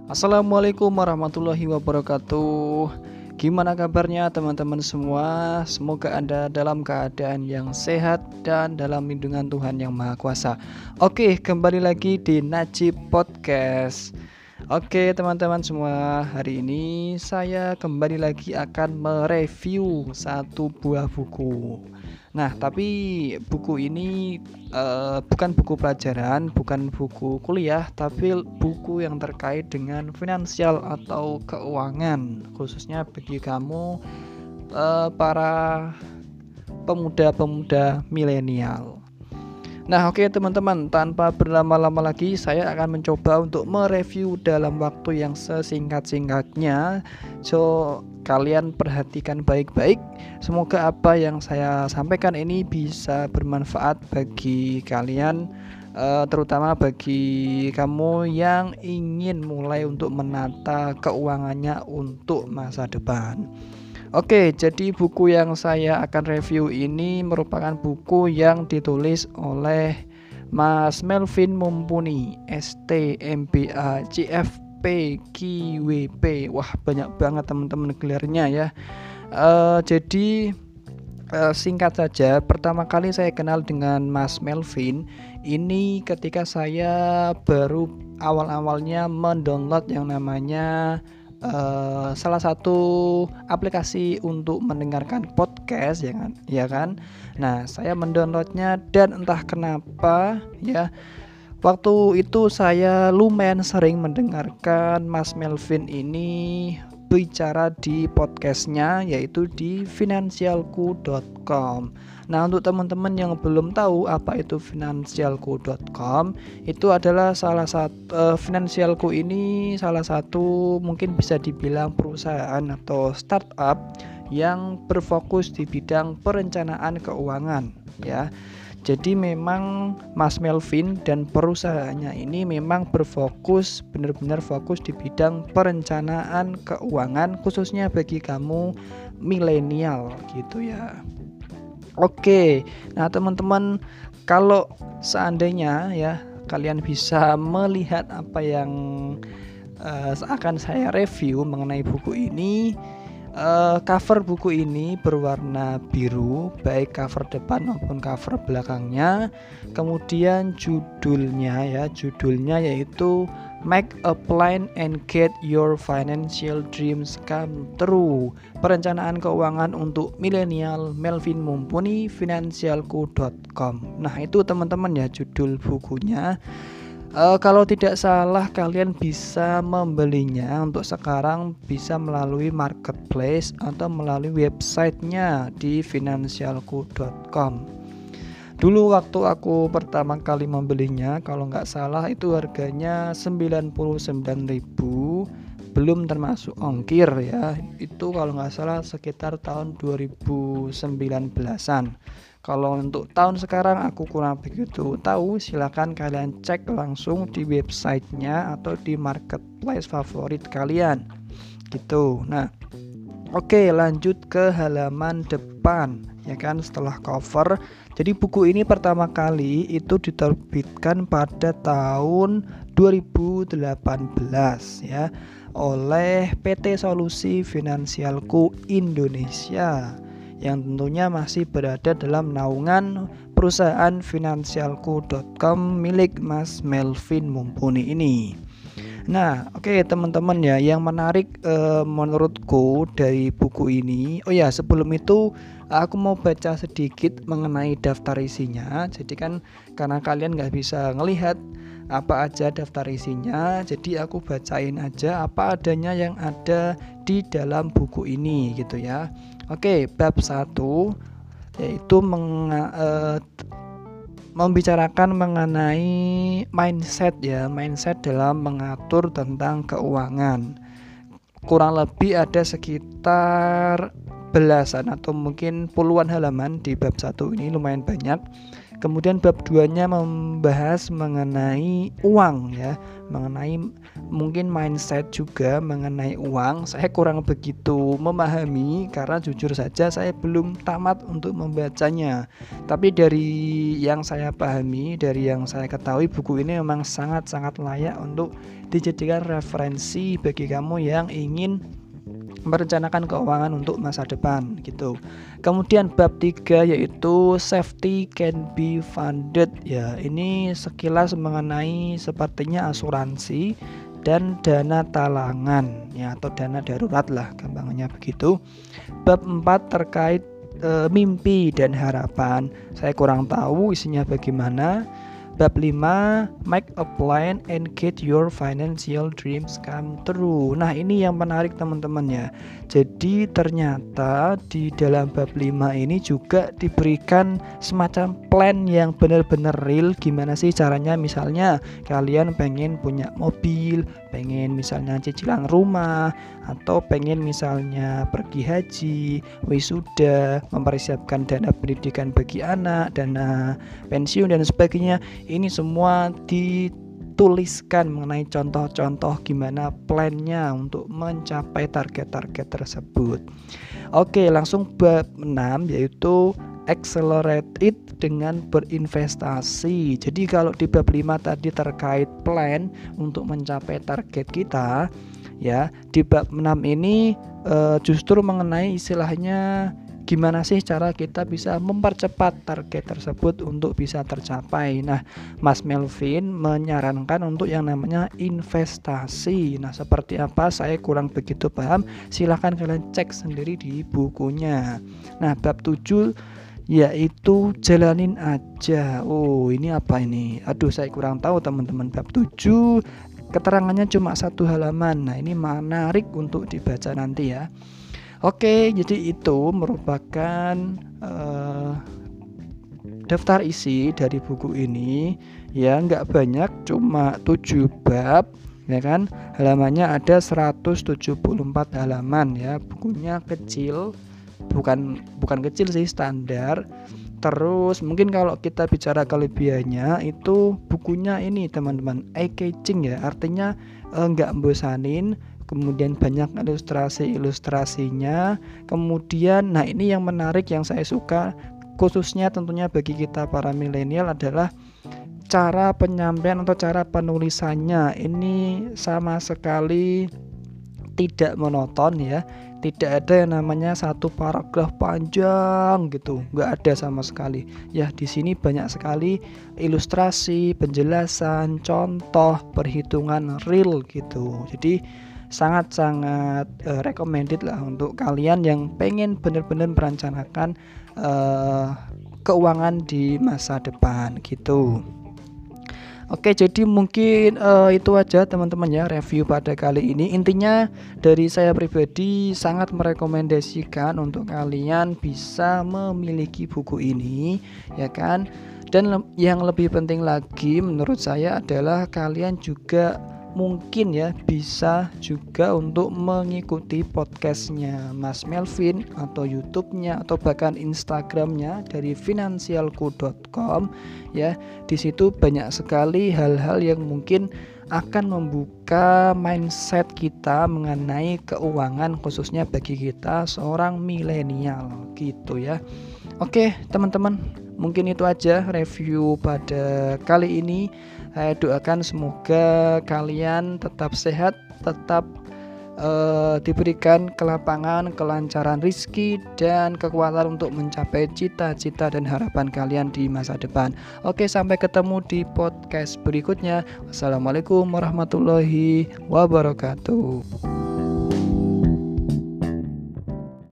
Assalamualaikum warahmatullahi wabarakatuh. Gimana kabarnya teman-teman semua? Semoga Anda dalam keadaan yang sehat dan dalam lindungan Tuhan Yang Maha Kuasa. Oke, kembali lagi di Najib Podcast. Oke teman-teman semua, hari ini saya kembali lagi akan mereview satu buah buku. Nah, tapi buku ini bukan buku pelajaran, bukan buku kuliah, tapi buku yang terkait dengan finansial atau keuangan, khususnya bagi kamu para pemuda-pemuda milenial. Nah, oke teman-teman, tanpa berlama-lama lagi saya akan mencoba untuk mereview dalam waktu yang sesingkat-singkatnya. So, kalian perhatikan baik-baik. Semoga apa yang saya sampaikan ini bisa bermanfaat bagi kalian, terutama bagi kamu yang ingin mulai untuk menata keuangannya untuk masa depan. Oke, jadi buku yang saya akan review ini merupakan buku yang ditulis oleh Mas Melvin Mumpuni, STMBA CFP QWP. Wah, banyak banget teman-teman gelarnya ya. Jadi singkat saja, pertama kali saya kenal dengan Mas Melvin ini ketika saya baru awal-awalnya mendownload yang namanya salah satu aplikasi untuk mendengarkan podcast ya kan. Nah, saya mendownloadnya dan entah kenapa ya, waktu itu saya lumayan sering mendengarkan Mas Melvin ini bicara di podcastnya, yaitu di finansialku.com. Nah, untuk teman-teman yang belum tahu apa itu finansialku.com, itu adalah salah satu Finansialku ini salah satu mungkin bisa dibilang perusahaan atau startup yang berfokus di bidang perencanaan keuangan ya. Jadi memang Mas Melvin dan perusahaannya ini memang berfokus, benar-benar fokus di bidang perencanaan keuangan, khususnya bagi kamu milenial gitu ya. Oke, nah teman-teman, kalau seandainya ya kalian bisa melihat apa yang akan saya review mengenai buku ini. Cover buku ini berwarna biru, baik cover depan maupun cover belakangnya. Kemudian judulnya yaitu Make a Plan and Get Your Financial Dreams Come True. Perencanaan keuangan untuk milenial, Melvin Mumpuni, finansialku.com. Nah, itu teman-teman ya judul bukunya. Kalau tidak salah kalian bisa membelinya untuk sekarang bisa melalui marketplace atau melalui websitenya di finansialku.com. Dulu waktu aku pertama kali membelinya, kalau nggak salah itu harganya 99.000, belum termasuk ongkir ya. Itu kalau nggak salah sekitar tahun 2019-an. Kalau untuk tahun sekarang aku kurang begitu tahu, silakan kalian cek langsung di websitenya atau di marketplace favorit kalian gitu. Nah, oke, lanjut ke halaman depan ya kan, setelah cover. Jadi buku ini pertama kali itu diterbitkan pada tahun 2018 ya oleh PT Solusi Finansialku Indonesia, yang tentunya masih berada dalam naungan perusahaan finansialku.com milik Mas Melvin Mumpuni ini. Nah, oke teman-teman ya, yang menarik menurutku dari buku ini. Oh ya, sebelum itu aku mau baca sedikit mengenai daftar isinya. Jadi kan karena kalian nggak bisa ngelihat apa aja daftar isinya, jadi aku bacain aja apa adanya yang ada di dalam buku ini gitu ya. Oke, bab 1 yaitu membicarakan mengenai mindset dalam mengatur tentang keuangan. Kurang lebih ada sekitar belasan atau mungkin puluhan halaman di bab 1 ini, lumayan banyak. Kemudian bab 2-nya membahas mengenai uang ya, mengenai mungkin mindset juga mengenai uang. Saya kurang begitu memahami karena jujur saja saya belum tamat untuk membacanya. Tapi dari yang saya pahami, dari yang saya ketahui, buku ini memang sangat-sangat layak untuk dijadikan referensi bagi kamu yang ingin merencanakan keuangan untuk masa depan gitu. Kemudian bab 3 yaitu safety can be funded ya. Ini sekilas mengenai sepertinya asuransi dan dana talangan ya, atau dana darurat lah gampangnya begitu. Bab 4 terkait mimpi dan harapan. Saya kurang tahu isinya bagaimana. Bab 5, make a plan and get your financial dreams come true. Nah, ini yang menarik teman-teman ya. Jadi ternyata di dalam bab 5 ini juga diberikan semacam plan yang benar-benar real. Gimana sih caranya, misalnya kalian pengen punya mobil, pengen misalnya cicilan rumah, atau pengen misalnya pergi haji, wisuda, mempersiapkan dana pendidikan bagi anak, dana pensiun dan sebagainya. Ini semua dituliskan mengenai contoh-contoh gimana plannya untuk mencapai target-target tersebut. Oke, langsung bab 6 yaitu accelerate it dengan berinvestasi. Jadi kalau di bab 5 tadi terkait plan untuk mencapai target kita, ya, di bab 6 ini justru mengenai istilahnya gimana sih cara kita bisa mempercepat target tersebut untuk bisa tercapai. Nah, Mas Melvin menyarankan untuk yang namanya investasi. Nah, seperti apa saya kurang begitu paham, silahkan kalian cek sendiri di bukunya. Nah, bab 7 yaitu jalanin aja. Oh, ini apa ini? Aduh, saya kurang tahu teman-teman. Bab 7 keterangannya cuma 1 halaman. Nah, ini menarik untuk dibaca nanti ya. Oke, jadi itu merupakan daftar isi dari buku ini ya, nggak banyak, cuma 7 bab ya kan. Halamannya ada 174 halaman ya. Bukunya kecil, bukan kecil sih, standar. Terus mungkin kalau kita bicara kelebihannya itu bukunya ini teman-teman eye-catching ya, artinya nggak membosanin. Kemudian banyak ilustrasi-ilustrasinya. Kemudian nah ini yang menarik yang saya suka, khususnya tentunya bagi kita para milenial, adalah cara penyampaian atau cara penulisannya. Ini sama sekali tidak monoton ya. Tidak ada yang namanya satu paragraf panjang gitu, nggak ada sama sekali. Ya, di sini banyak sekali ilustrasi, penjelasan, contoh, perhitungan real gitu. Jadi sangat-sangat recommended lah untuk kalian yang pengen benar-benar merencanakan keuangan di masa depan gitu. Oke, jadi mungkin itu aja teman-teman ya review pada kali ini. Intinya dari saya pribadi sangat merekomendasikan untuk kalian bisa memiliki buku ini ya kan. Dan yang lebih penting lagi menurut saya adalah kalian juga mungkin ya bisa juga untuk mengikuti podcastnya Mas Melvin atau YouTube-nya atau bahkan Instagram-nya dari finansialku.com ya. Di situ banyak sekali hal-hal yang mungkin akan membuka mindset kita mengenai keuangan, khususnya bagi kita seorang milenial gitu ya. Oke teman-teman, mungkin itu aja review pada kali ini. Saya doakan semoga kalian tetap sehat, tetap diberikan kelapangan, kelancaran rezeki, dan kekuatan untuk mencapai cita-cita dan harapan kalian di masa depan. Oke, sampai ketemu di podcast berikutnya. Wassalamualaikum warahmatullahi wabarakatuh.